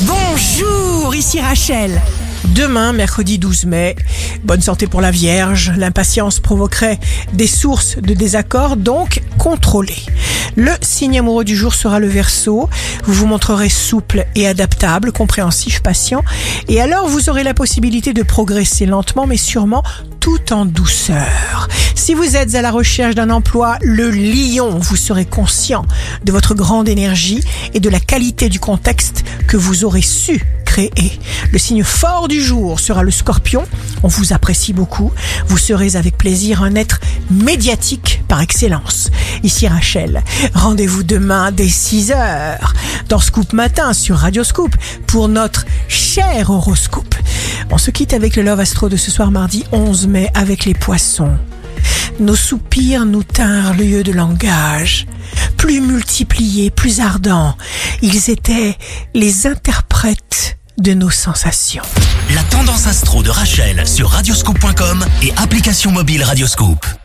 Bonjour, ici Rachel. Demain, mercredi 12 mai, bonne santé pour la Vierge. L'impatience provoquerait des sources de désaccord, donc contrôlez. Le signe amoureux du jour sera le Verseau. Vous vous montrerez souple et adaptable, compréhensif, patient. Et alors, vous aurez la possibilité de progresser lentement, mais sûrement tout en douceur. Si vous êtes à la recherche d'un emploi, le Lion, vous serez conscient de votre grande énergie et de la qualité du contexte que vous aurez su créer. Le signe fort du jour sera le Scorpion. On vous apprécie beaucoup. Vous serez avec plaisir un être médiatique par excellence. Ici Rachel. Rendez-vous demain dès 6h dans Scoop Matin sur Radio Scoop pour notre cher horoscope. On se quitte avec le Love Astro de ce soir mardi 11 mai avec les Poissons. Nos soupirs nous tinrent lieu de langage. Plus multipliés, plus ardents, ils étaient les interprètes de nos sensations. La tendance astro de Rachel sur radioscoop.com et application mobile Radioscoop.